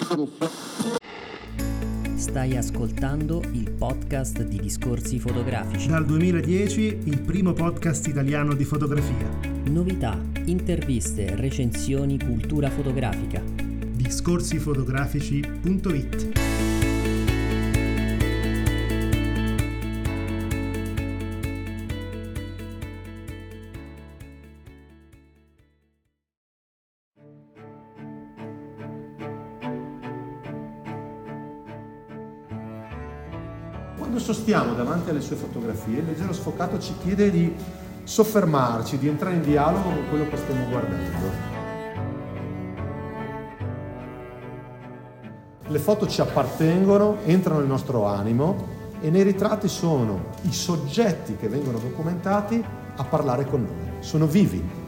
Stai ascoltando il podcast di Discorsi Fotografici. Dal 2010 il primo podcast italiano di fotografia. Novità, interviste, recensioni, cultura fotografica. Discorsifotografici.it. Quando sostiamo davanti alle sue fotografie, il leggero sfocato ci chiede di soffermarci, di entrare in dialogo con quello che stiamo guardando. Le foto ci appartengono, entrano nel nostro animo e nei ritratti sono i soggetti che vengono documentati a parlare con noi. Sono vivi.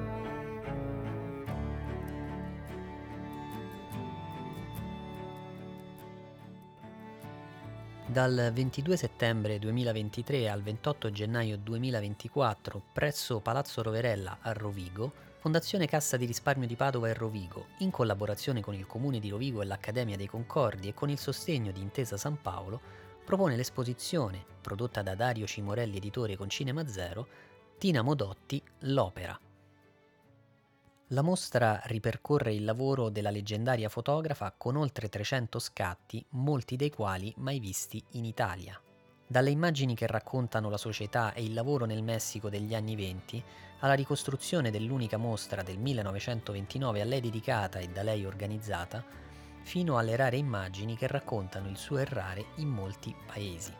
Dal 22 settembre 2023 al 28 gennaio 2024 presso Palazzo Roverella a Rovigo, Fondazione Cassa di Risparmio di Padova e Rovigo, in collaborazione con il Comune di Rovigo e l'Accademia dei Concordi e con il sostegno di Intesa San Paolo, propone l'esposizione, prodotta da Dario Cimorelli editore con Cinema Zero, Tina Modotti, L'Opera. La mostra ripercorre il lavoro della leggendaria fotografa con oltre 300 scatti, molti dei quali mai visti in Italia. Dalle immagini che raccontano la società e il lavoro nel Messico degli anni '20, alla ricostruzione dell'unica mostra del 1929 a lei dedicata e da lei organizzata, fino alle rare immagini che raccontano il suo errare in molti paesi.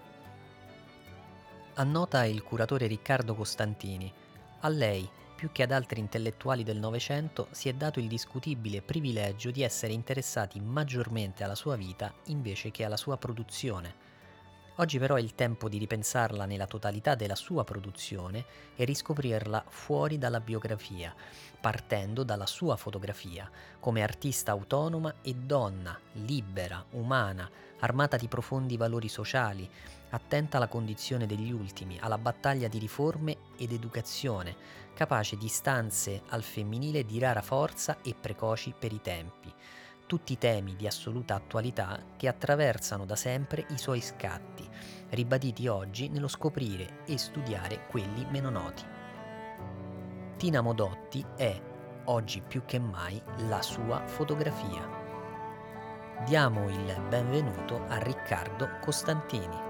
Annota il curatore Riccardo Costantini: a lei, più che ad altri intellettuali del Novecento, si è dato il discutibile privilegio di essere interessati maggiormente alla sua vita invece che alla sua produzione. Oggi però è il tempo di ripensarla nella totalità della sua produzione e riscoprirla fuori dalla biografia, partendo dalla sua fotografia, come artista autonoma e donna, libera, umana, armata di profondi valori sociali, attenta alla condizione degli ultimi, alla battaglia di riforme ed educazione, capace di stanze al femminile di rara forza e precoci per i tempi. Tutti temi di assoluta attualità che attraversano da sempre i suoi scatti, ribaditi oggi nello scoprire e studiare quelli meno noti. Tina Modotti è, oggi più che mai, la sua fotografia. Diamo il benvenuto a Riccardo Costantini.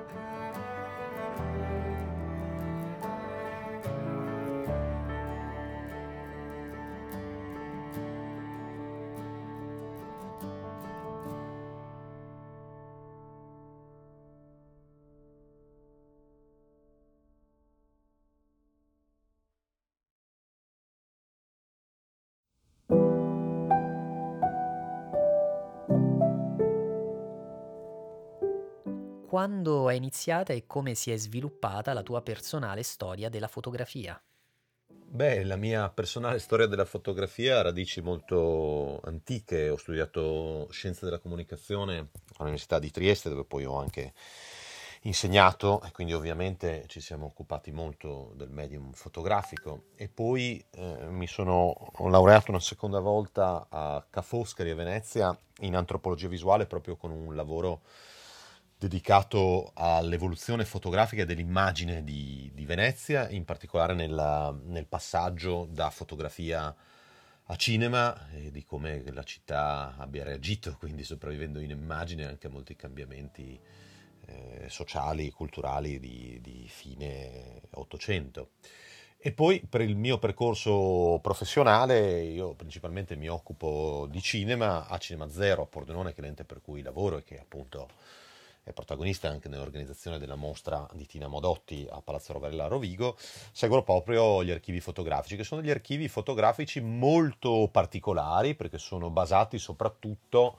Quando è iniziata e come si è sviluppata la tua personale storia della fotografia? Beh, la mia personale storia della fotografia ha radici molto antiche. Ho studiato scienze della comunicazione all'Università di Trieste, dove poi ho anche insegnato e quindi ovviamente ci siamo occupati molto del medium fotografico. E poi ho laureato una seconda volta a Ca' Foscari a Venezia in antropologia visuale, proprio con un lavoro dedicato all'evoluzione fotografica dell'immagine di Venezia, in particolare nel passaggio da fotografia a cinema e di come la città abbia reagito, quindi sopravvivendo in immagine anche a molti cambiamenti sociali e culturali di fine Ottocento. E poi per il mio percorso professionale io principalmente mi occupo di cinema a Cinema Zero a Pordenone, che è l'ente per cui lavoro e che appunto è protagonista anche nell'organizzazione della mostra di Tina Modotti a Palazzo Roverella a Rovigo. Seguo proprio gli archivi fotografici, che sono degli archivi fotografici molto particolari perché sono basati soprattutto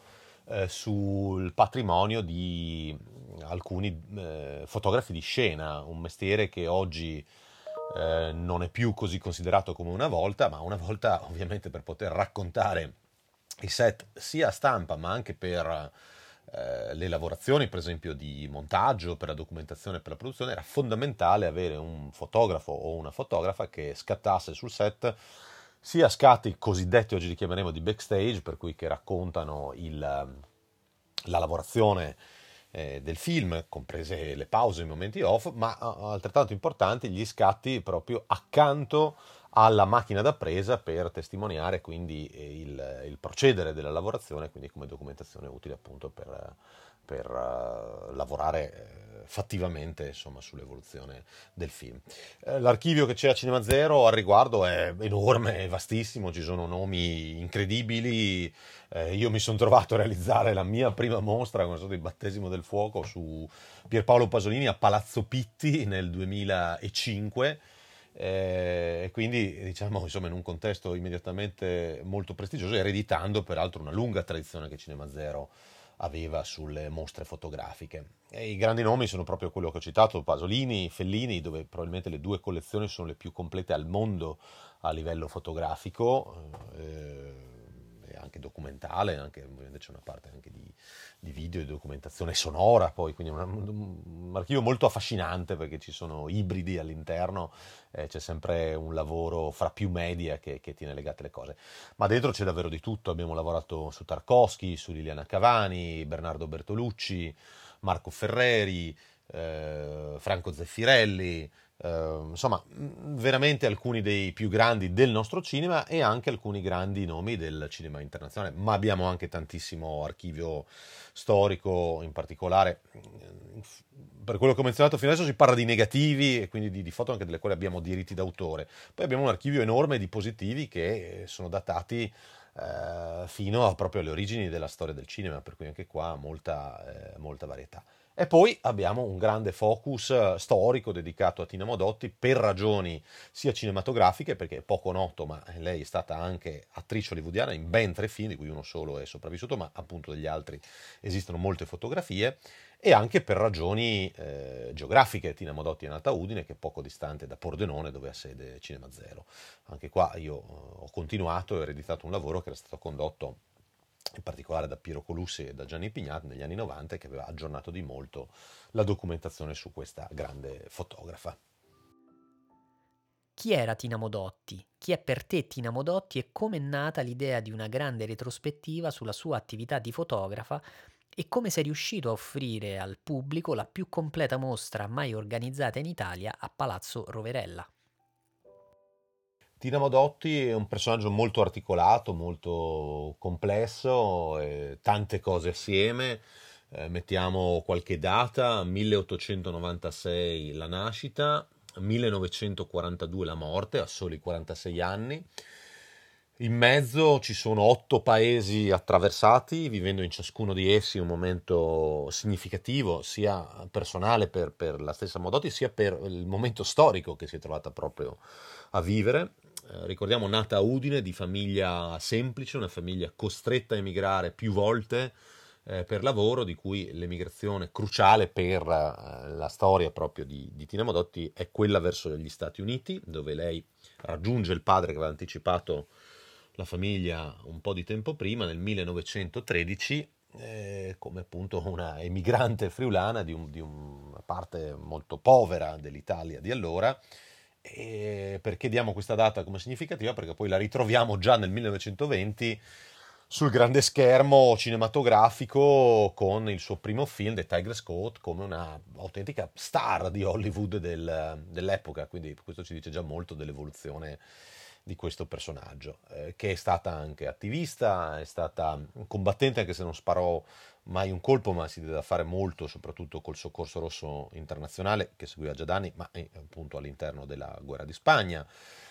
sul patrimonio di alcuni fotografi di scena, un mestiere che oggi non è più così considerato come una volta, ma una volta ovviamente per poter raccontare i set sia a stampa ma anche per le lavorazioni per esempio di montaggio, per la documentazione, per la produzione, era fondamentale avere un fotografo o una fotografa che scattasse sul set sia scatti cosiddetti, oggi li chiameremo di backstage, per cui che raccontano la lavorazione del film, comprese le pause, i momenti off, ma altrettanto importanti gli scatti proprio accanto alla macchina da presa per testimoniare quindi il procedere della lavorazione, quindi come documentazione utile appunto per lavorare fattivamente insomma, sull'evoluzione del film. L'archivio che c'è a Cinema Zero al riguardo è enorme, è vastissimo, ci sono nomi incredibili. Io mi sono trovato a realizzare la mia prima mostra con il battesimo del fuoco su Pierpaolo Pasolini a Palazzo Pitti nel 2005. E quindi diciamo insomma in un contesto immediatamente molto prestigioso, ereditando peraltro una lunga tradizione che Cinema Zero aveva sulle mostre fotografiche. E i grandi nomi sono proprio quello che ho citato, Pasolini, Fellini, dove probabilmente le due collezioni sono le più complete al mondo a livello fotografico, e anche documentale, anche ovviamente c'è una parte anche di video, di documentazione sonora, poi quindi un archivio molto affascinante perché ci sono ibridi all'interno, c'è sempre un lavoro fra più media che tiene legate le cose. Ma dentro c'è davvero di tutto, abbiamo lavorato su Tarkovsky, su Liliana Cavani, Bernardo Bertolucci, Marco Ferreri, Franco Zeffirelli, insomma veramente alcuni dei più grandi del nostro cinema e anche alcuni grandi nomi del cinema internazionale, ma abbiamo anche tantissimo archivio storico, in particolare per quello che ho menzionato fino adesso si parla di negativi e quindi di foto anche delle quali abbiamo diritti d'autore. Poi abbiamo un archivio enorme di positivi che sono datati fino proprio alle origini della storia del cinema, per cui anche qua molta varietà. E poi abbiamo un grande focus storico dedicato a Tina Modotti per ragioni sia cinematografiche, perché è poco noto, ma lei è stata anche attrice hollywoodiana in ben 3 film, di cui uno solo è sopravvissuto, ma appunto degli altri esistono molte fotografie, e anche per ragioni geografiche. Tina Modotti è nata a Udine, che è poco distante da Pordenone, dove ha sede Cinema Zero. Anche qua io ho continuato e ho ereditato un lavoro che era stato condotto in particolare da Piero Colussi e da Gianni Pignat negli anni 90, che aveva aggiornato di molto la documentazione su questa grande fotografa. Chi era Tina Modotti? Chi è per te Tina Modotti e come è nata l'idea di una grande retrospettiva sulla sua attività di fotografa e come sei riuscito a offrire al pubblico la più completa mostra mai organizzata in Italia a Palazzo Roverella? Tina Modotti è un personaggio molto articolato, molto complesso, tante cose assieme. Mettiamo qualche data: 1896 la nascita, 1942 la morte, a soli 46 anni. In mezzo ci sono 8 paesi attraversati, vivendo in ciascuno di essi un momento significativo, sia personale per la stessa Modotti, sia per il momento storico che si è trovata proprio a vivere. Ricordiamo, nata a Udine, di famiglia semplice, una famiglia costretta a emigrare più volte per lavoro, di cui l'emigrazione cruciale per la storia proprio di Tina Modotti è quella verso gli Stati Uniti, dove lei raggiunge il padre che aveva anticipato la famiglia un po' di tempo prima, nel 1913, come appunto una emigrante friulana di una parte molto povera dell'Italia di allora. E perché diamo questa data come significativa? Perché poi la ritroviamo già nel 1920 sul grande schermo cinematografico con il suo primo film, The Tiger's Coat, come una autentica star di Hollywood dell'epoca, quindi questo ci dice già molto dell'evoluzione di questo personaggio, che è stata anche attivista, è stata combattente, anche se non sparò mai un colpo, ma si deve da fare molto, soprattutto col Soccorso Rosso Internazionale, che seguiva già da anni, ma appunto all'interno della guerra di Spagna.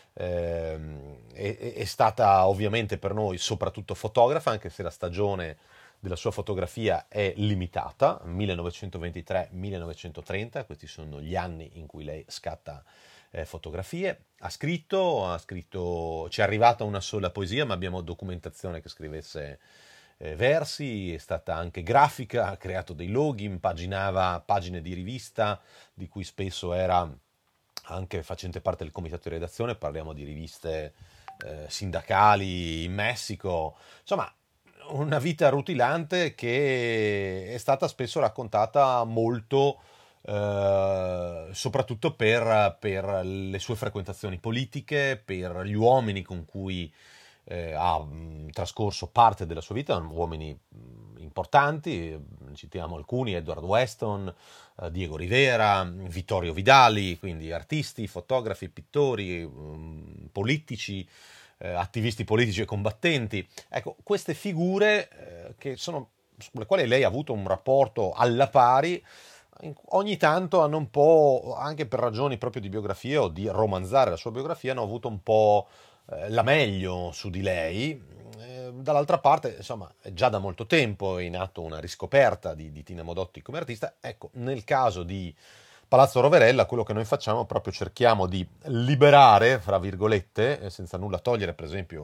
È stata ovviamente per noi soprattutto fotografa, anche se la stagione della sua fotografia è limitata, 1923-1930, questi sono gli anni in cui lei scatta fotografie. Ha scritto, ci è arrivata una sola poesia, ma abbiamo documentazione che scrivesse versi, è stata anche grafica, ha creato dei loghi, impaginava pagine di rivista, di cui spesso era anche facente parte del comitato di redazione, parliamo di riviste sindacali in Messico, insomma una vita rutilante che è stata spesso raccontata molto soprattutto per le sue frequentazioni politiche, per gli uomini con cui ha trascorso parte della sua vita, uomini importanti, citiamo alcuni: Edward Weston, Diego Rivera, Vittorio Vidali, quindi artisti, fotografi, pittori, politici, attivisti politici e combattenti. Ecco, queste figure sulle quali lei ha avuto un rapporto alla pari, ogni tanto hanno un po', anche per ragioni proprio di biografia o di romanzare la sua biografia, hanno avuto un po' la meglio su di lei. Dall'altra parte, insomma, è già da molto tempo in atto una riscoperta di Tina Modotti come artista. Ecco, nel caso di Palazzo Roverella, quello che noi facciamo, proprio cerchiamo di liberare, fra virgolette, senza nulla togliere, per esempio,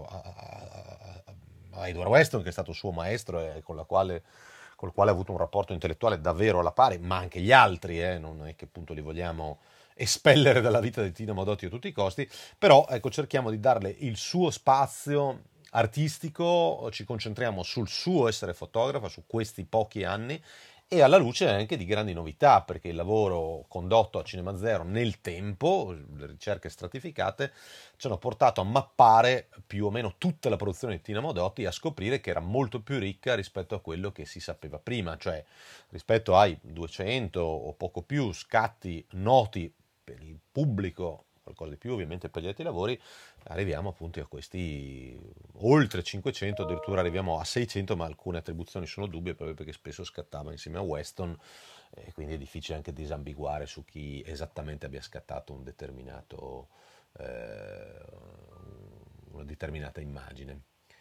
a Edward Weston, che è stato suo maestro e col quale ha avuto un rapporto intellettuale davvero alla pari, ma anche gli altri, non è che appunto li vogliamo espellere dalla vita di Tina Modotti a tutti i costi, però ecco, cerchiamo di darle il suo spazio artistico, ci concentriamo sul suo essere fotografa, su questi pochi anni, e alla luce anche di grandi novità, perché il lavoro condotto a Cinema Zero nel tempo, le ricerche stratificate, ci hanno portato a mappare più o meno tutta la produzione di Tina Modotti e a scoprire che era molto più ricca rispetto a quello che si sapeva prima, cioè rispetto ai 200 o poco più scatti noti per il pubblico, qualcosa di più ovviamente per gli altri lavori, arriviamo appunto a questi oltre 500, addirittura arriviamo a 600, ma alcune attribuzioni sono dubbie proprio perché spesso scattava insieme a Weston, e quindi è difficile anche disambiguare su chi esattamente abbia scattato una determinata immagine.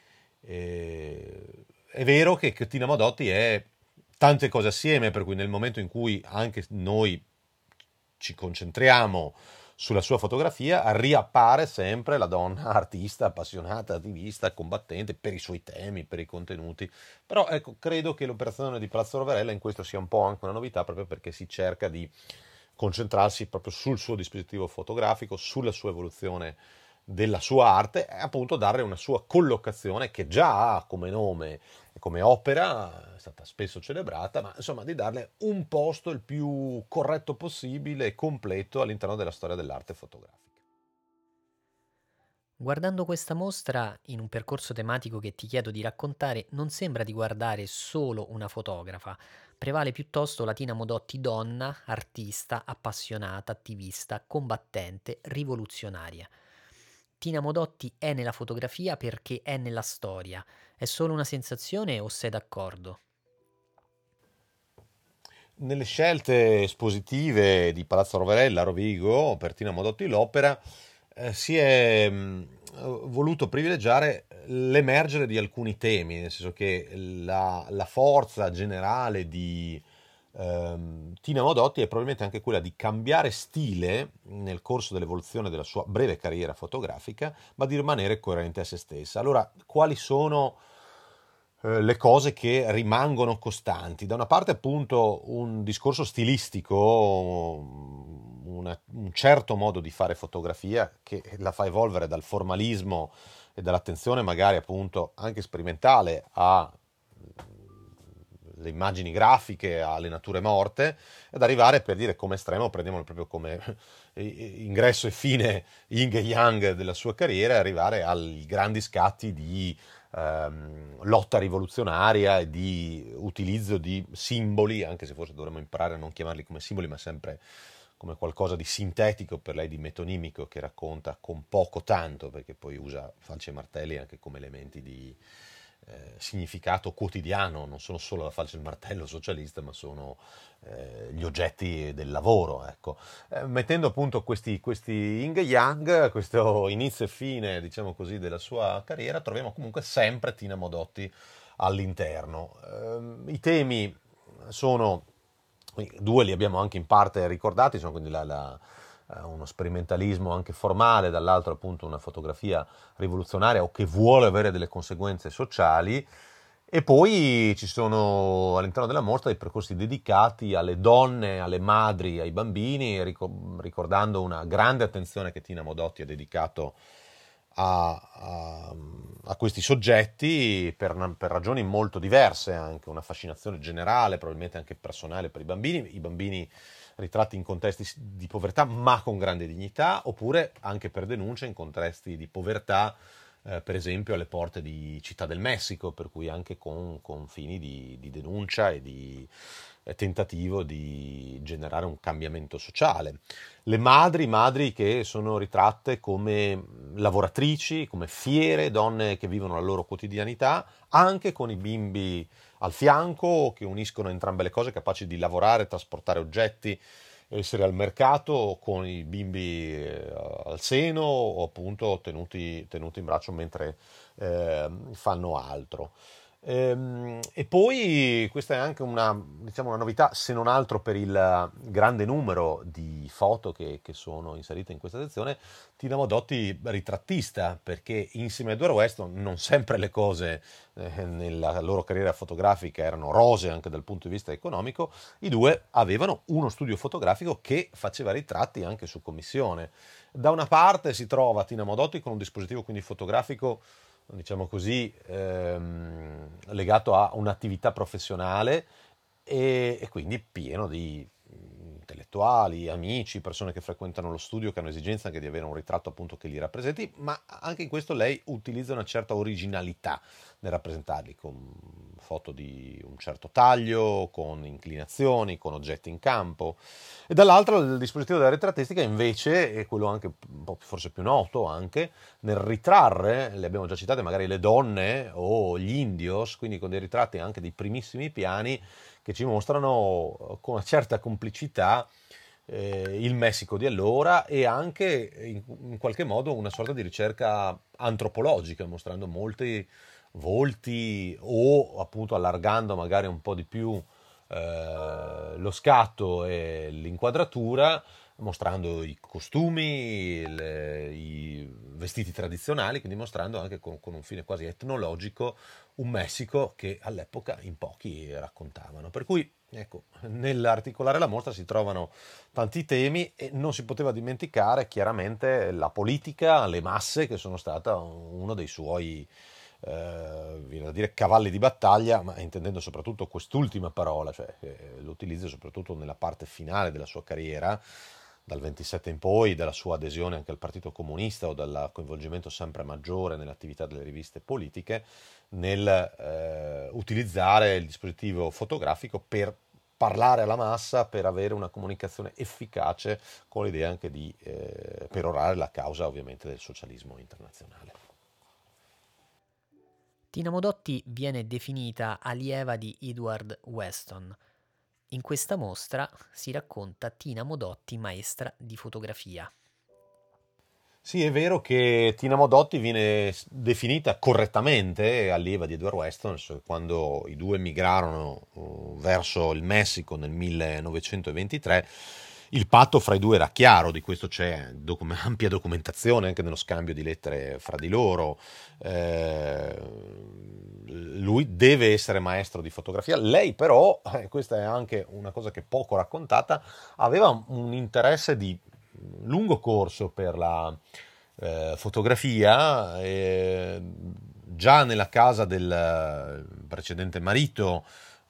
È vero che Tina Modotti è tante cose assieme, per cui nel momento in cui anche noi ci concentriamo sulla sua fotografia, riappare sempre la donna artista, appassionata, attivista, combattente per i suoi temi, per i contenuti. Però ecco, credo che l'operazione di Palazzo Roverella in questo sia un po' anche una novità, proprio perché si cerca di concentrarsi proprio sul suo dispositivo fotografico, sulla sua evoluzione della sua arte, e appunto dare una sua collocazione che già ha come nome e come opera, è stata spesso celebrata, ma insomma di darle un posto il più corretto possibile e completo all'interno della storia dell'arte fotografica. Guardando questa mostra, in un percorso tematico che ti chiedo di raccontare, non sembra di guardare solo una fotografa, prevale piuttosto la Tina Modotti donna, artista, appassionata, attivista, combattente, rivoluzionaria. Tina Modotti è nella fotografia perché è nella storia. È solo una sensazione o sei d'accordo? Nelle scelte espositive di Palazzo Roverella a Rovigo per Tina Modotti l'opera si è voluto privilegiare l'emergere di alcuni temi, nel senso che la forza generale di Tina Modotti è probabilmente anche quella di cambiare stile nel corso dell'evoluzione della sua breve carriera fotografica, ma di rimanere coerente a se stessa. Allora, quali sono le cose che rimangono costanti? Da una parte appunto un discorso stilistico, un certo modo di fare fotografia che la fa evolvere dal formalismo e dall'attenzione magari appunto anche sperimentale alle immagini grafiche, alle nature morte, ed arrivare, per dire, come estremo, prendiamolo proprio come ingresso e fine yin e yang della sua carriera, e arrivare ai grandi scatti di lotta rivoluzionaria e di utilizzo di simboli, anche se forse dovremmo imparare a non chiamarli come simboli, ma sempre come qualcosa di sintetico, per lei di metonimico, che racconta con poco tanto, perché poi usa falci e martelli anche come elementi di significato quotidiano, non sono solo la falce e il martello socialista, ma sono gli oggetti del lavoro, ecco. Mettendo appunto questi yin e yang, questo inizio e fine, diciamo così, della sua carriera, troviamo comunque sempre Tina Modotti all'interno. I temi sono, due li abbiamo anche in parte ricordati, sono quindi uno sperimentalismo anche formale, dall'altro appunto una fotografia rivoluzionaria o che vuole avere delle conseguenze sociali, e poi ci sono all'interno della mostra dei percorsi dedicati alle donne, alle madri, ai bambini, ricordando una grande attenzione che Tina Modotti ha dedicato a questi soggetti per ragioni molto diverse, anche una fascinazione generale, probabilmente anche personale per i bambini ritratti in contesti di povertà ma con grande dignità, oppure anche per denuncia in contesti di povertà per esempio alle porte di Città del Messico, per cui anche con fini di denuncia e di tentativo di generare un cambiamento sociale. Le madri che sono ritratte come lavoratrici, come fiere, donne che vivono la loro quotidianità, anche con i bimbi al fianco, che uniscono entrambe le cose, capaci di lavorare, trasportare oggetti, essere al mercato con i bimbi al seno o appunto tenuti in braccio mentre fanno altro. E poi questa è anche diciamo una novità, se non altro per il grande numero di foto che sono inserite in questa sezione. Tina Modotti ritrattista, perché insieme a Edward Weston non sempre le cose nella loro carriera fotografica erano rose anche dal punto di vista economico. I due avevano uno studio fotografico che faceva ritratti anche su commissione. Da una parte si trova Tina Modotti con un dispositivo quindi fotografico, diciamo così, legato a un'attività professionale e quindi pieno di intellettuali, amici, persone che frequentano lo studio, che hanno esigenza anche di avere un ritratto appunto che li rappresenti, ma anche in questo lei utilizza una certa originalità nel rappresentarli, con foto di un certo taglio, con inclinazioni, con oggetti in campo. E dall'altro il dispositivo della ritrattistica invece è quello anche un po' forse più noto anche nel ritrarre, le abbiamo già citate, magari le donne o gli indios, quindi con dei ritratti anche dei primissimi piani che ci mostrano con una certa complicità il Messico di allora e anche in qualche modo una sorta di ricerca antropologica, mostrando molti volti o appunto allargando magari un po' di più lo scatto e l'inquadratura, mostrando i costumi, i vestiti tradizionali, quindi mostrando anche con un fine quasi etnologico un Messico che all'epoca in pochi raccontavano. Per cui, ecco, nell'articolare la mostra si trovano tanti temi e non si poteva dimenticare chiaramente la politica, le masse, che sono stata uno dei suoi viene da dire cavalli di battaglia, ma intendendo soprattutto quest'ultima parola, cioè lo utilizza soprattutto nella parte finale della sua carriera, dal 27 in poi, dalla sua adesione anche al Partito Comunista o dal coinvolgimento sempre maggiore nell'attività delle riviste politiche, nel utilizzare il dispositivo fotografico per parlare alla massa, per avere una comunicazione efficace, con l'idea anche di perorare la causa ovviamente del socialismo internazionale. Tina Modotti viene definita allieva di Edward Weston. In questa mostra si racconta Tina Modotti maestra di fotografia. Sì, è vero che Tina Modotti viene definita correttamente allieva di Edward Weston, quando i due migrarono verso il Messico nel 1923. Il patto fra i due era chiaro, di questo c'è ampia documentazione anche nello scambio di lettere fra di loro. Lui deve essere maestro di fotografia, lei però, questa è anche una cosa che è poco raccontata, aveva un interesse di lungo corso per la fotografia, già nella casa del precedente marito,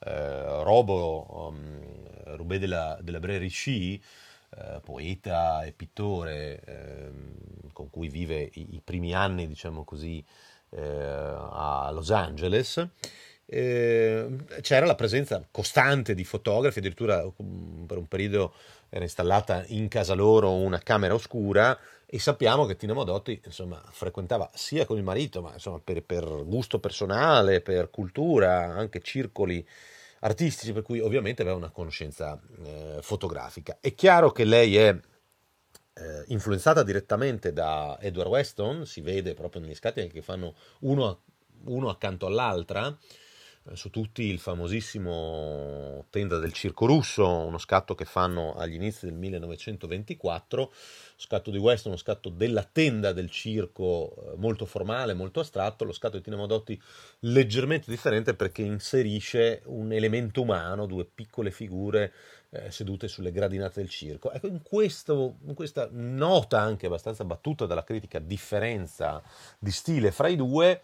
Rubé de la Brea-Ricci, poeta e pittore con cui vive i primi anni, diciamo così, a Los Angeles. C'era la presenza costante di fotografi, addirittura per un periodo era installata in casa loro una camera oscura, e sappiamo che Tina Modotti insomma frequentava sia con il marito, ma insomma per gusto personale, per cultura, anche circoli artistici, per cui ovviamente aveva una conoscenza fotografica. È chiaro che lei è influenzata direttamente da Edward Weston, si vede proprio negli scatti che fanno uno accanto all'altra, su tutti il famosissimo Tenda del Circo Russo, uno scatto che fanno agli inizi del 1924, scatto di Weston, uno scatto della tenda del circo molto formale, molto astratto, lo scatto di Tina Modotti leggermente differente perché inserisce un elemento umano, due piccole figure sedute sulle gradinate del circo. Ecco, in questa nota anche abbastanza battuta dalla critica differenza di stile fra i due,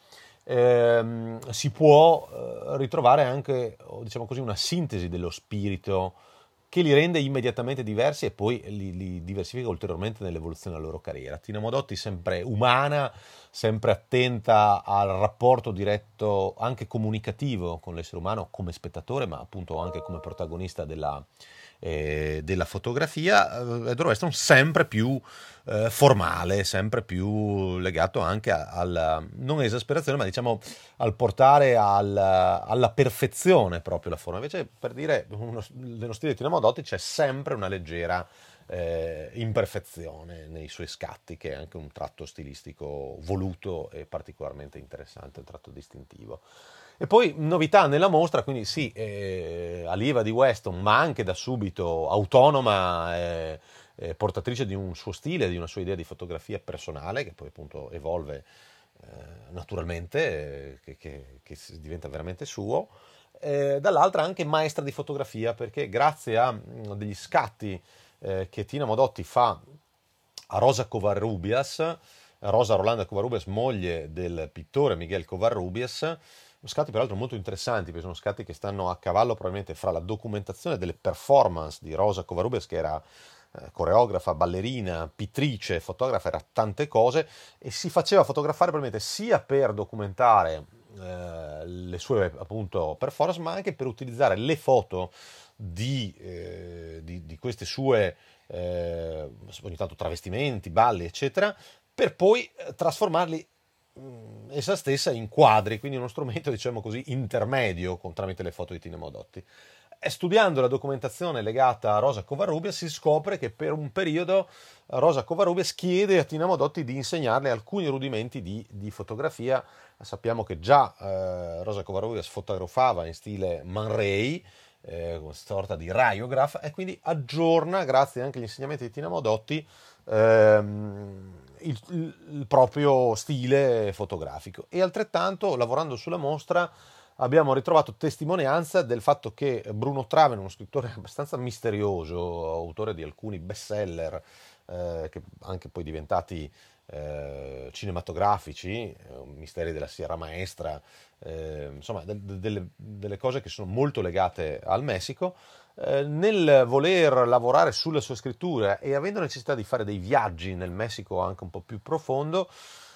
si può ritrovare anche, diciamo così, una sintesi dello spirito che li rende immediatamente diversi e poi li diversifica ulteriormente nell'evoluzione della loro carriera. Tina Modotti sempre umana, sempre attenta al rapporto diretto, anche comunicativo con l'essere umano come spettatore, ma appunto anche come protagonista della fotografia, Edward Weston sempre più formale, sempre più legato anche alla non esasperazione, ma diciamo al portare alla perfezione proprio la forma. Invece, per dire, nello stile di Tina Modotti c'è sempre una leggera imperfezione nei suoi scatti, che è anche un tratto stilistico voluto e particolarmente interessante, un tratto distintivo. E poi novità nella mostra, quindi sì, allieva di Weston, ma anche da subito autonoma, portatrice di un suo stile, di una sua idea di fotografia personale, che poi appunto evolve naturalmente, che diventa veramente suo. Dall'altra anche maestra di fotografia, perché grazie a degli scatti che Tina Modotti fa a Rosa Covarrubias, Rosa Rolanda Covarrubias, moglie del pittore Miguel Covarrubias, scatti peraltro molto interessanti, perché sono scatti che stanno a cavallo probabilmente fra la documentazione delle performance di Rosa Covarrubias, che era coreografa, ballerina, pittrice, fotografa, era tante cose, e si faceva fotografare probabilmente sia per documentare le sue appunto performance, ma anche per utilizzare le foto di queste sue ogni tanto travestimenti, balli, eccetera, per poi trasformarli essa stessa in quadri, quindi uno strumento, diciamo così, intermedio tramite le foto di Tina Modotti. E studiando la documentazione legata a Rosa Covarrubias si scopre che per un periodo Rosa Covarrubias chiede a Tina Modotti di insegnarle alcuni rudimenti di fotografia. Sappiamo che già Rosa Covarrubias fotografava in stile Man Ray, una sorta di raiograph, e quindi aggiorna, grazie anche agli insegnamenti di Tina Modotti, il proprio stile fotografico. E altrettanto, lavorando sulla mostra, abbiamo ritrovato testimonianza del fatto che Bruno Traven, uno scrittore abbastanza misterioso, autore di alcuni bestseller, che anche poi diventati cinematografici, Misteri della Sierra Maestra, insomma delle cose che sono molto legate al Messico, nel voler lavorare sulla sua scrittura e avendo necessità di fare dei viaggi nel Messico anche un po' più profondo,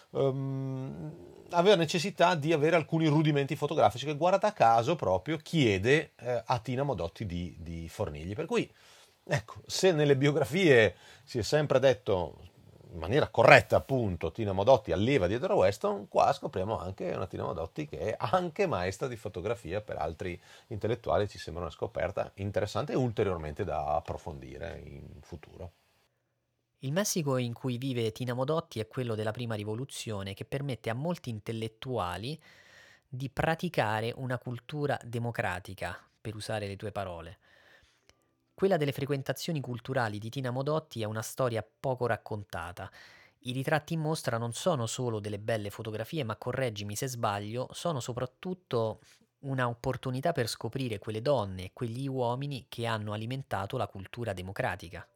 aveva necessità di avere alcuni rudimenti fotografici che, guarda caso, proprio chiede a Tina Modotti di fornirgli. Per cui, ecco, se nelle biografie si è sempre detto in maniera corretta, appunto, Tina Modotti allieva di Edward Weston, qua scopriamo anche una Tina Modotti che è anche maestra di fotografia. Per altri intellettuali ci sembra una scoperta interessante e ulteriormente da approfondire in futuro. Il Messico in cui vive Tina Modotti è quello della prima rivoluzione, che permette a molti intellettuali di praticare una cultura democratica, per usare le tue parole. Quella delle frequentazioni culturali di Tina Modotti è una storia poco raccontata. I ritratti in mostra non sono solo delle belle fotografie, ma correggimi se sbaglio, sono soprattutto una opportunità per scoprire quelle donne e quegli uomini che hanno alimentato la cultura democratica.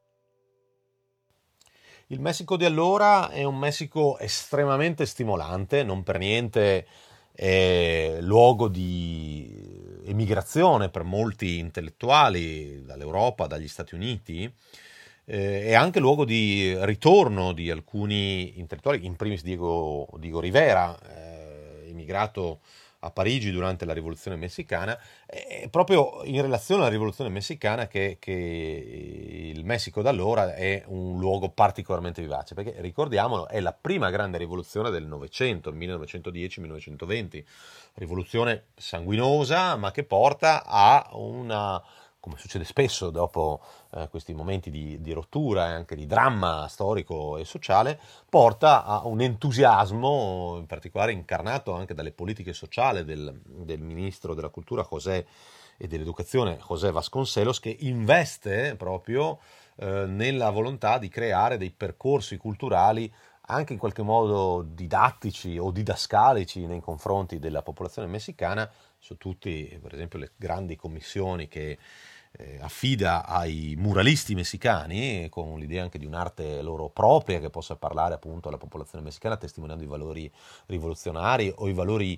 Il Messico di allora è un Messico estremamente stimolante, non per niente è luogo di emigrazione per molti intellettuali dall'Europa, dagli Stati Uniti, è anche luogo di ritorno di alcuni intellettuali, in primis Diego Rivera, emigrato a Parigi durante la rivoluzione messicana. È proprio in relazione alla rivoluzione messicana che il Messico d'allora è un luogo particolarmente vivace, perché ricordiamolo, è la prima grande rivoluzione del Novecento, 1910-1920, rivoluzione sanguinosa, ma che porta a una, come succede spesso dopo questi momenti di rottura e anche di dramma storico e sociale, porta a un entusiasmo, in particolare incarnato anche dalle politiche sociali del ministro della cultura e dell'educazione José Vasconcelos, che investe proprio nella volontà di creare dei percorsi culturali anche in qualche modo didattici o didascalici nei confronti della popolazione messicana, su tutti, per esempio, le grandi commissioni che affida ai muralisti messicani, con l'idea anche di un'arte loro propria che possa parlare appunto alla popolazione messicana, testimoniando i valori rivoluzionari o i valori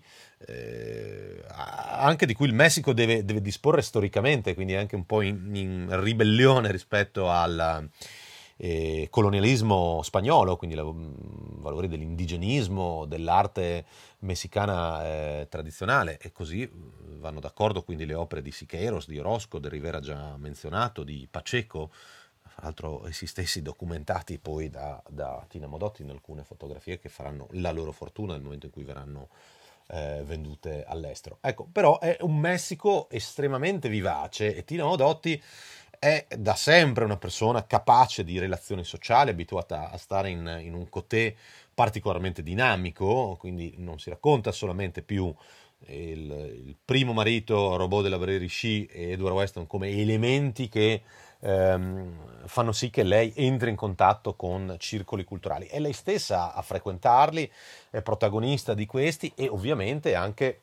anche di cui il Messico deve disporre storicamente, quindi anche un po' in ribellione rispetto al colonialismo spagnolo, quindi i valori dell'indigenismo, dell'arte messicana tradizionale, e così vanno d'accordo quindi le opere di Siqueiros, di Orozco, del Rivera già menzionato, di Pacheco, fra l'altro essi stessi documentati poi da Tina Modotti in alcune fotografie che faranno la loro fortuna nel momento in cui verranno vendute all'estero. Ecco, però è un Messico estremamente vivace e Tina Modotti è da sempre una persona capace di relazioni sociali, abituata a stare in un côté particolarmente dinamico, quindi non si racconta solamente più il primo marito, Robot de la Brérie e Edward Weston, come elementi che fanno sì che lei entri in contatto con circoli culturali. È lei stessa a frequentarli, è protagonista di questi e ovviamente anche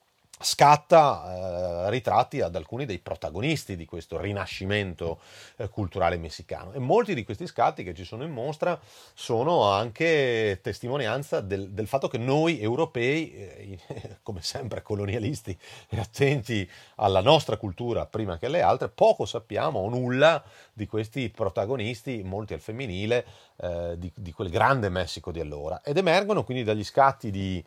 scatta ritratti ad alcuni dei protagonisti di questo rinascimento culturale messicano, e molti di questi scatti che ci sono in mostra sono anche testimonianza del fatto che noi europei, come sempre colonialisti e attenti alla nostra cultura prima che alle altre, poco sappiamo o nulla di questi protagonisti, molti al femminile, di quel grande Messico di allora, ed emergono quindi dagli scatti di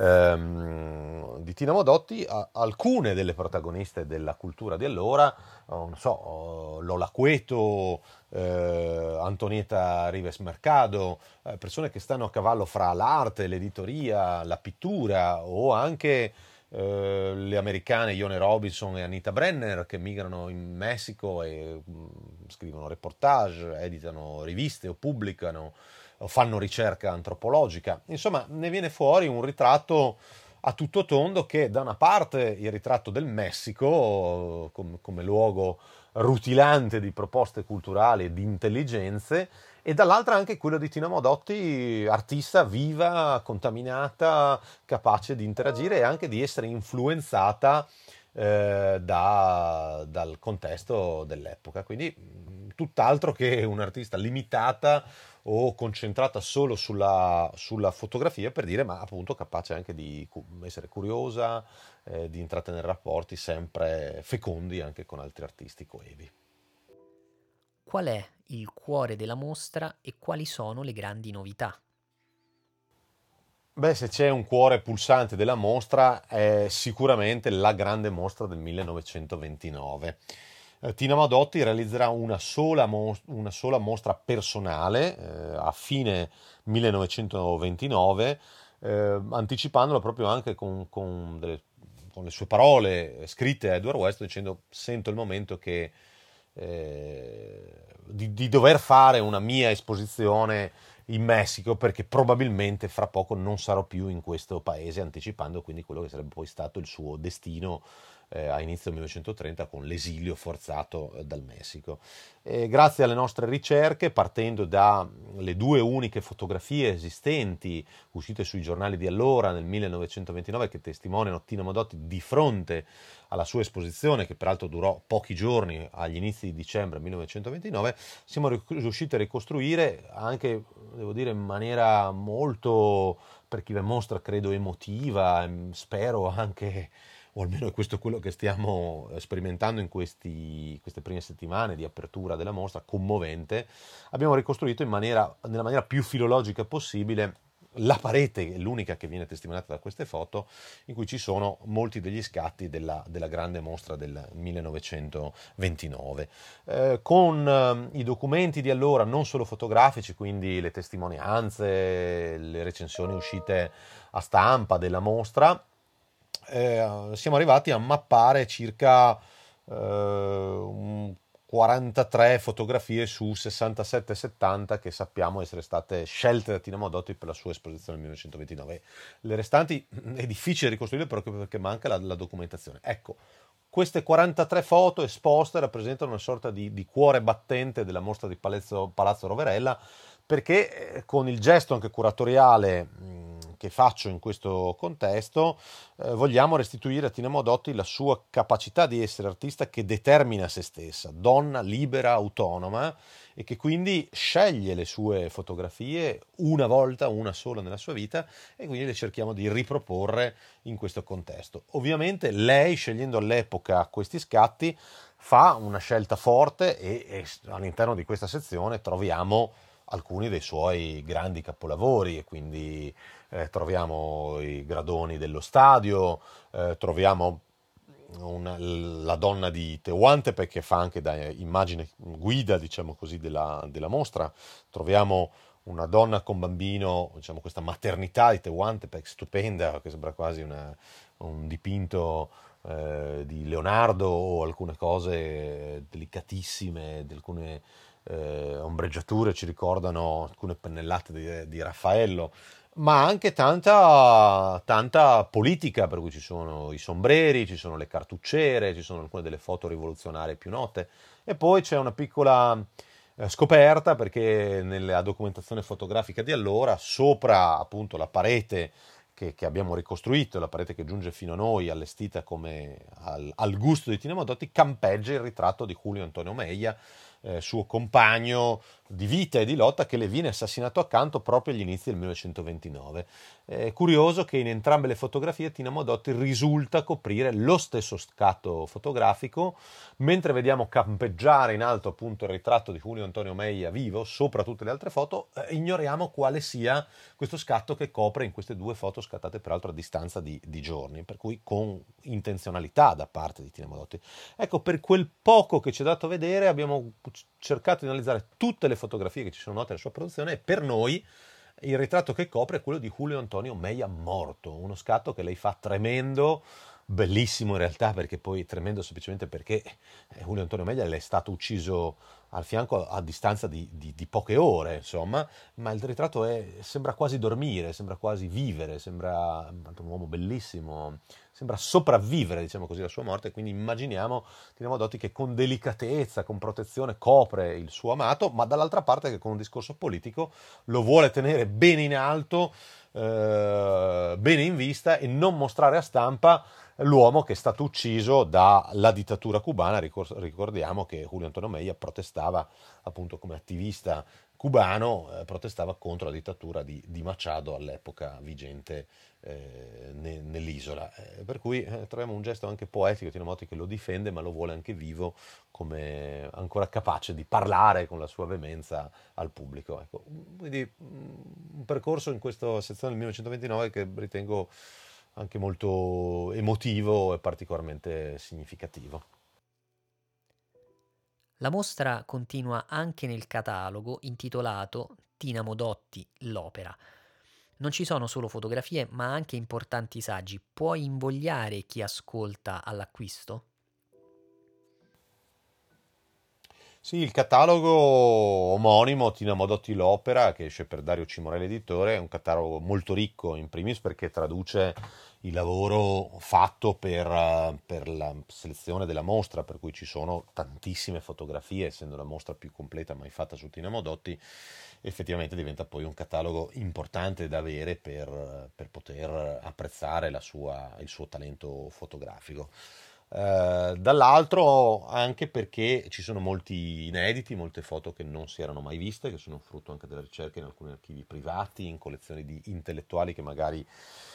Tina Modotti alcune delle protagoniste della cultura di allora, non so, Lola Cueto, Antonieta Rivas Mercado, persone che stanno a cavallo fra l'arte, l'editoria, la pittura, o anche le americane Ione Robinson e Anita Brenner, che migrano in Messico e scrivono reportage, editano riviste o pubblicano o fanno ricerca antropologica. Insomma, ne viene fuori un ritratto a tutto tondo che, da una parte, il ritratto del Messico come luogo rutilante di proposte culturali e di intelligenze, e dall'altra anche quello di Tina Modotti, artista viva, contaminata, capace di interagire e anche di essere influenzata dal contesto dell'epoca. Quindi tutt'altro che un'artista limitata o concentrata solo sulla fotografia, per dire, ma appunto capace anche di essere curiosa, di intrattenere rapporti sempre fecondi anche con altri artisti coevi. Qual è il cuore della mostra e quali sono le grandi novità? Beh, se c'è un cuore pulsante della mostra è sicuramente la grande mostra del 1929. Tina Modotti realizzerà una sola mostra personale a fine 1929, anticipandola proprio anche con le sue parole scritte a Edward Weston, dicendo: sento il momento di dover fare una mia esposizione in Messico, perché probabilmente fra poco non sarò più in questo paese, anticipando quindi quello che sarebbe poi stato il suo destino a inizio 1930 con l'esilio forzato dal Messico. Grazie alle nostre ricerche, partendo dalle due uniche fotografie esistenti uscite sui giornali di allora nel 1929, che testimoniano Tina Modotti di fronte alla sua esposizione, che peraltro durò pochi giorni agli inizi di dicembre 1929, siamo riusciti a ricostruire anche, devo dire, in maniera molto, per chi la mostra, credo emotiva, spero anche, o almeno questo è quello che stiamo sperimentando in queste prime settimane di apertura della mostra, commovente. Abbiamo ricostruito nella maniera più filologica possibile la parete, l'unica che viene testimoniata da queste foto, in cui ci sono molti degli scatti della grande mostra del 1929, con i documenti di allora, non solo fotografici, quindi le testimonianze, le recensioni uscite a stampa della mostra. Siamo arrivati a mappare circa 43 fotografie su 67-70 che sappiamo essere state scelte da Tina Modotti per la sua esposizione nel 1929. Le restanti è difficile ricostruire proprio perché manca la documentazione. Ecco, queste 43 foto esposte rappresentano una sorta di cuore battente della mostra di Palazzo Roverella, perché con il gesto anche curatoriale che faccio in questo contesto, vogliamo restituire a Tina Modotti la sua capacità di essere artista che determina se stessa, donna libera, autonoma, e che quindi sceglie le sue fotografie una volta, una sola nella sua vita, e quindi le cerchiamo di riproporre in questo contesto. Ovviamente lei, scegliendo all'epoca questi scatti, fa una scelta forte e all'interno di questa sezione troviamo alcuni dei suoi grandi capolavori, e quindi troviamo i gradoni dello stadio, troviamo la donna di Tehuantepec, che fa anche da immagine guida, diciamo così, della mostra. Troviamo una donna con bambino, diciamo questa maternità di Tehuantepec stupenda, che sembra quasi un dipinto di Leonardo, o alcune cose delicatissime, di alcune ombreggiature ci ricordano alcune pennellate di Raffaello, ma anche tanta politica, per cui ci sono i sombreri, ci sono le cartucciere, ci sono alcune delle foto rivoluzionarie più note, e poi c'è una piccola scoperta, perché nella documentazione fotografica di allora, sopra appunto la parete che abbiamo ricostruito, la parete che giunge fino a noi, allestita come al gusto di Tina Modotti, campeggia il ritratto di Julio Antonio Meia, suo compagno di vita e di lotta, che le viene assassinato accanto proprio agli inizi del 1929. È curioso che in entrambe le fotografie Tina Modotti risulta coprire lo stesso scatto fotografico, mentre vediamo campeggiare in alto appunto il ritratto di Julio Antonio Meia vivo sopra tutte le altre foto. Ignoriamo quale sia questo scatto che copre in queste due foto, scattate peraltro a distanza di giorni, per cui con intenzionalità da parte di Tina Modotti. Ecco, per quel poco che ci è dato vedere abbiamo cercato di analizzare tutte le fotografie che ci sono note nella sua produzione, e per noi il ritratto che copre è quello di Julio Antonio Meia morto, uno scatto che lei fa tremendo, bellissimo in realtà, perché poi tremendo semplicemente perché Julio Antonio Meia le è stato ucciso al fianco a distanza di poche ore, insomma, ma il ritratto sembra quasi dormire, sembra quasi vivere, sembra un uomo bellissimo, sembra sopravvivere, diciamo così, alla sua morte. Quindi immaginiamo Tina Modotti che con delicatezza, con protezione copre il suo amato, ma dall'altra parte che con un discorso politico lo vuole tenere bene in alto, bene in vista, e non mostrare a stampa l'uomo che è stato ucciso dalla dittatura cubana. Ricordiamo che Julio Antonio Meia protestava appunto come attivista cubano, protestava contro la dittatura di Machado, all'epoca vigente nell'isola. Per cui troviamo un gesto anche poetico, Tina Modotti, che lo difende, ma lo vuole anche vivo, come ancora capace di parlare con la sua veemenza al pubblico. Ecco, quindi un percorso in questa sezione del 1929 che ritengo anche molto emotivo e particolarmente significativo. La mostra continua anche nel catalogo intitolato Tina Modotti, l'opera. Non ci sono solo fotografie, ma anche importanti saggi. Puoi invogliare chi ascolta all'acquisto? Sì, il catalogo omonimo, Tina Modotti l'opera, che esce per Dario Cimorelli editore, è un catalogo molto ricco, in primis perché traduce il lavoro fatto per la selezione della mostra, per cui ci sono tantissime fotografie, essendo la mostra più completa mai fatta su Tina Modotti. Effettivamente diventa poi un catalogo importante da avere per poter apprezzare il suo talento fotografico. Dall'altro anche perché ci sono molti inediti, molte foto che non si erano mai viste, che sono frutto anche della ricerca in alcuni archivi privati, in collezioni di intellettuali che magari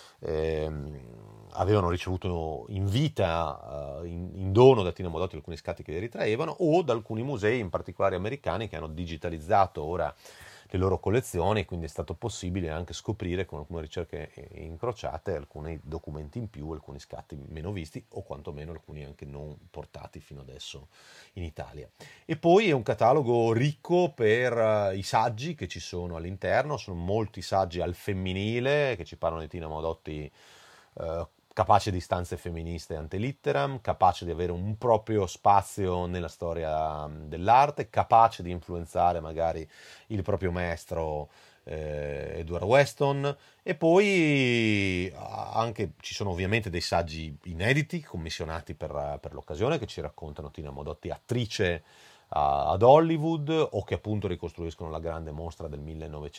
avevano ricevuto in vita, in dono da Tina Modotti, alcuni scatti che li ritraevano, o da alcuni musei, in particolare americani, che hanno digitalizzato ora le loro collezioni, quindi è stato possibile anche scoprire con alcune ricerche incrociate alcuni documenti in più, alcuni scatti meno visti, o quantomeno alcuni anche non portati fino adesso in Italia. E poi è un catalogo ricco per i saggi che ci sono all'interno, sono molti saggi al femminile che ci parlano di Tina Modotti, capace di stanze femministe ante litteram, capace di avere un proprio spazio nella storia dell'arte, capace di influenzare magari il proprio maestro Edward Weston. E poi anche ci sono ovviamente dei saggi inediti commissionati per l'occasione, che ci raccontano Tina Modotti attrice ad Hollywood, o che appunto ricostruiscono la grande mostra del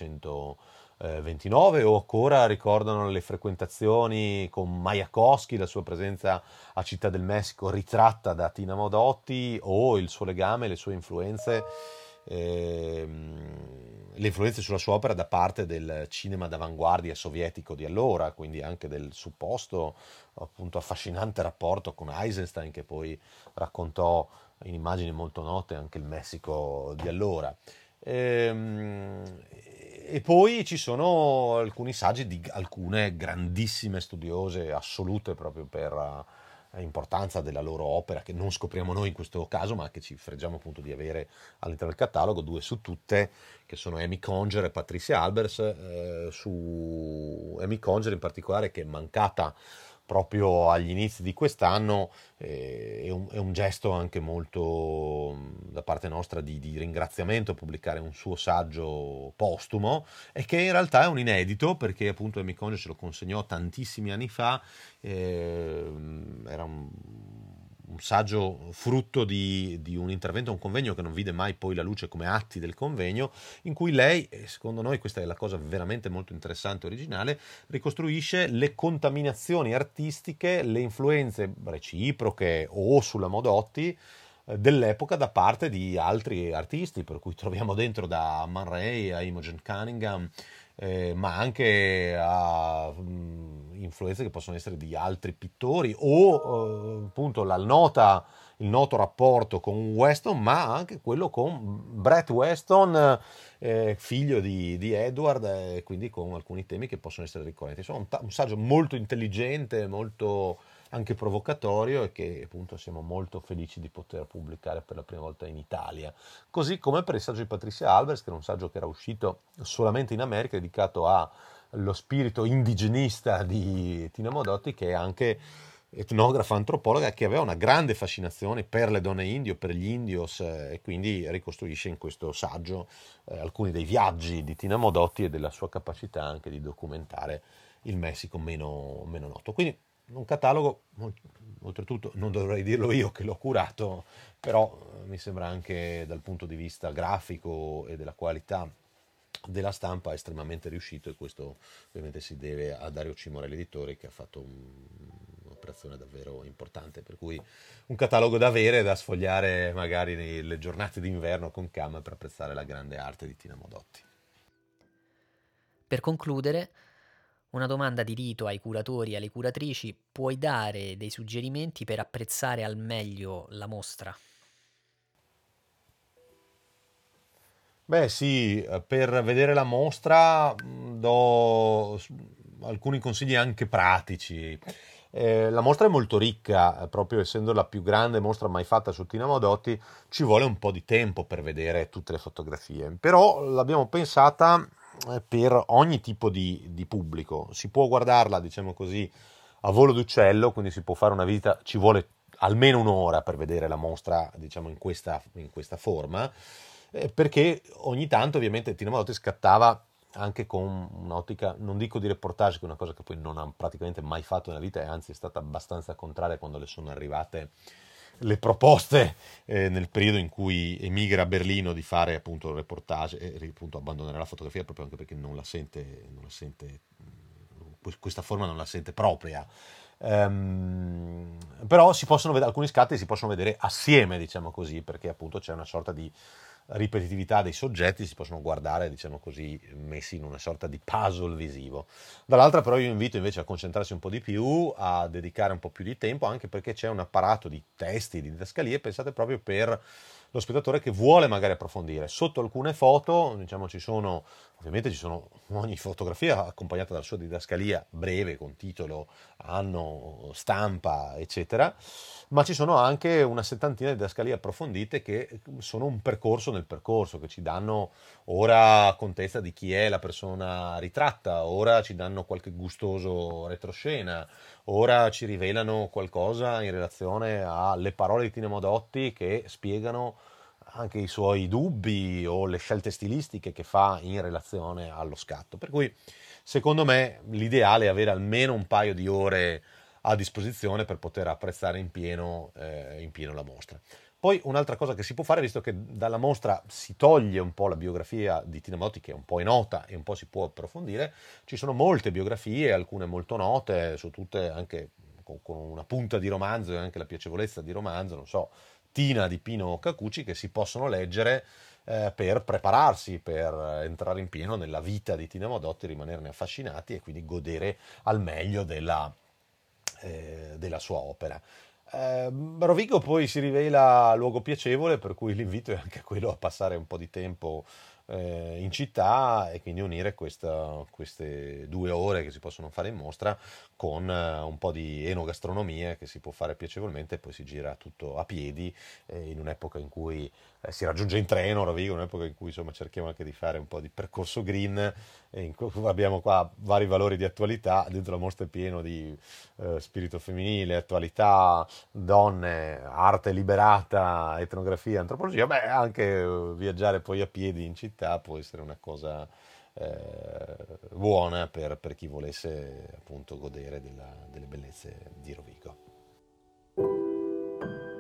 1929, o ancora ricordano le frequentazioni con Majakovsky, la sua presenza a Città del Messico ritratta da Tina Modotti, o il suo legame, le sue influenze, le influenze sulla sua opera da parte del cinema d'avanguardia sovietico di allora, quindi anche del supposto appunto affascinante rapporto con Eisenstein, che poi raccontò in immagini molto note anche il Messico di allora. E poi ci sono alcuni saggi di alcune grandissime studiose assolute proprio per importanza della loro opera, che non scopriamo noi in questo caso, ma che ci fregiamo appunto di avere all'interno del catalogo, due su tutte, che sono Amy Conger e Patricia Albers. Su Amy Conger in particolare, che è mancata proprio agli inizi di quest'anno, è un gesto anche molto da parte nostra di ringraziamento pubblicare un suo saggio postumo, e che in realtà è un inedito, perché appunto Amy Conger ce lo consegnò tantissimi anni fa. Era un saggio frutto di un intervento a un convegno che non vide mai poi la luce come atti del convegno, in cui lei, e secondo noi questa è la cosa veramente molto interessante e originale, ricostruisce le contaminazioni artistiche, le influenze reciproche o sulla Modotti dell'epoca da parte di altri artisti, per cui troviamo dentro da Man Ray a Imogen Cunningham, ma anche a influenze che possono essere di altri pittori, o appunto il noto rapporto con Weston, ma anche quello con Brett Weston, figlio di Edward, quindi con alcuni temi che possono essere ricorrenti. Insomma, un saggio molto intelligente, molto anche provocatorio, e che appunto siamo molto felici di poter pubblicare per la prima volta in Italia. Così come per il saggio di Patricia Albers, che era un saggio che era uscito solamente in America, dedicato allo spirito indigenista di Tina Modotti, che è anche etnografa, antropologa, che aveva una grande fascinazione per le donne indie, per gli indios, e quindi ricostruisce in questo saggio alcuni dei viaggi di Tina Modotti e della sua capacità anche di documentare il Messico meno noto. Quindi un catalogo, oltretutto non dovrei dirlo io che l'ho curato, però mi sembra anche dal punto di vista grafico e della qualità della stampa estremamente riuscito, e questo ovviamente si deve a Dario Cimorelli Editore, che ha fatto un'operazione davvero importante, per cui un catalogo da avere, da sfogliare magari nelle giornate d'inverno con calma, per apprezzare la grande arte di Tina Modotti. Per concludere, una domanda di rito ai curatori e alle curatrici: puoi dare dei suggerimenti per apprezzare al meglio la mostra? Beh sì, per vedere la mostra do alcuni consigli anche pratici. La mostra è molto ricca, proprio essendo la più grande mostra mai fatta su Tina Modotti, ci vuole un po' di tempo per vedere tutte le fotografie, però l'abbiamo pensata per ogni tipo di pubblico. Si può guardarla, diciamo così, a volo d'uccello, quindi si può fare una visita, ci vuole almeno un'ora per vedere la mostra, diciamo, in questa forma, perché ogni tanto ovviamente Tina Modotti scattava anche con un'ottica, non dico di reportage, che è una cosa che poi non ha praticamente mai fatto nella vita, e anzi è stata abbastanza contraria quando le sono arrivate le proposte nel periodo in cui emigra a Berlino di fare appunto il reportage, e appunto abbandonare la fotografia, proprio anche perché non la sente, questa forma non la sente propria. Però si possono vedere, alcuni scatti si possono vedere assieme, diciamo così, perché appunto c'è una sorta di ripetitività dei soggetti, si possono guardare, diciamo così, messi in una sorta di puzzle visivo. Dall'altra però io invito invece a concentrarsi un po' di più, a dedicare un po' più di tempo, anche perché c'è un apparato di testi, di didascalie pensate proprio per lo spettatore che vuole magari approfondire. Sotto alcune foto, diciamo, ovviamente ci sono ogni fotografia accompagnata dalla sua didascalia breve, con titolo, anno, stampa, eccetera, ma ci sono anche una settantina di didascalie approfondite che sono un percorso nel percorso, che ci danno ora contezza di chi è la persona ritratta, ora ci danno qualche gustoso retroscena, ora ci rivelano qualcosa in relazione alle parole di Tina Modotti, che spiegano anche i suoi dubbi o le scelte stilistiche che fa in relazione allo scatto. Per cui, secondo me, l'ideale è avere almeno un paio di ore a disposizione per poter apprezzare in pieno la mostra. Poi un'altra cosa che si può fare, visto che dalla mostra si toglie un po' la biografia di Tina Modotti, che un po' è nota e un po' si può approfondire, ci sono molte biografie, alcune molto note, su tutte anche con una punta di romanzo e anche la piacevolezza di romanzo, non so, Tina di Pino Cacucci, che si possono leggere per prepararsi, per entrare in pieno nella vita di Tina Modotti, rimanerne affascinati e quindi godere al meglio della sua opera. Rovigo poi si rivela luogo piacevole, per cui l'invito è anche quello a passare un po' di tempo in città e quindi unire queste 2 ore che si possono fare in mostra con un po' di enogastronomia che si può fare piacevolmente e poi si gira tutto a piedi in un'epoca in cui si raggiunge in treno Rovigo, un'epoca in cui insomma cerchiamo anche di fare un po' di percorso green e in cui abbiamo qua vari valori di attualità, dentro la mostra è pieno di spirito femminile, attualità, donne, arte liberata, etnografia, antropologia, beh, anche viaggiare poi a piedi in città può essere una cosa buona per chi volesse appunto godere delle bellezze di Rovigo.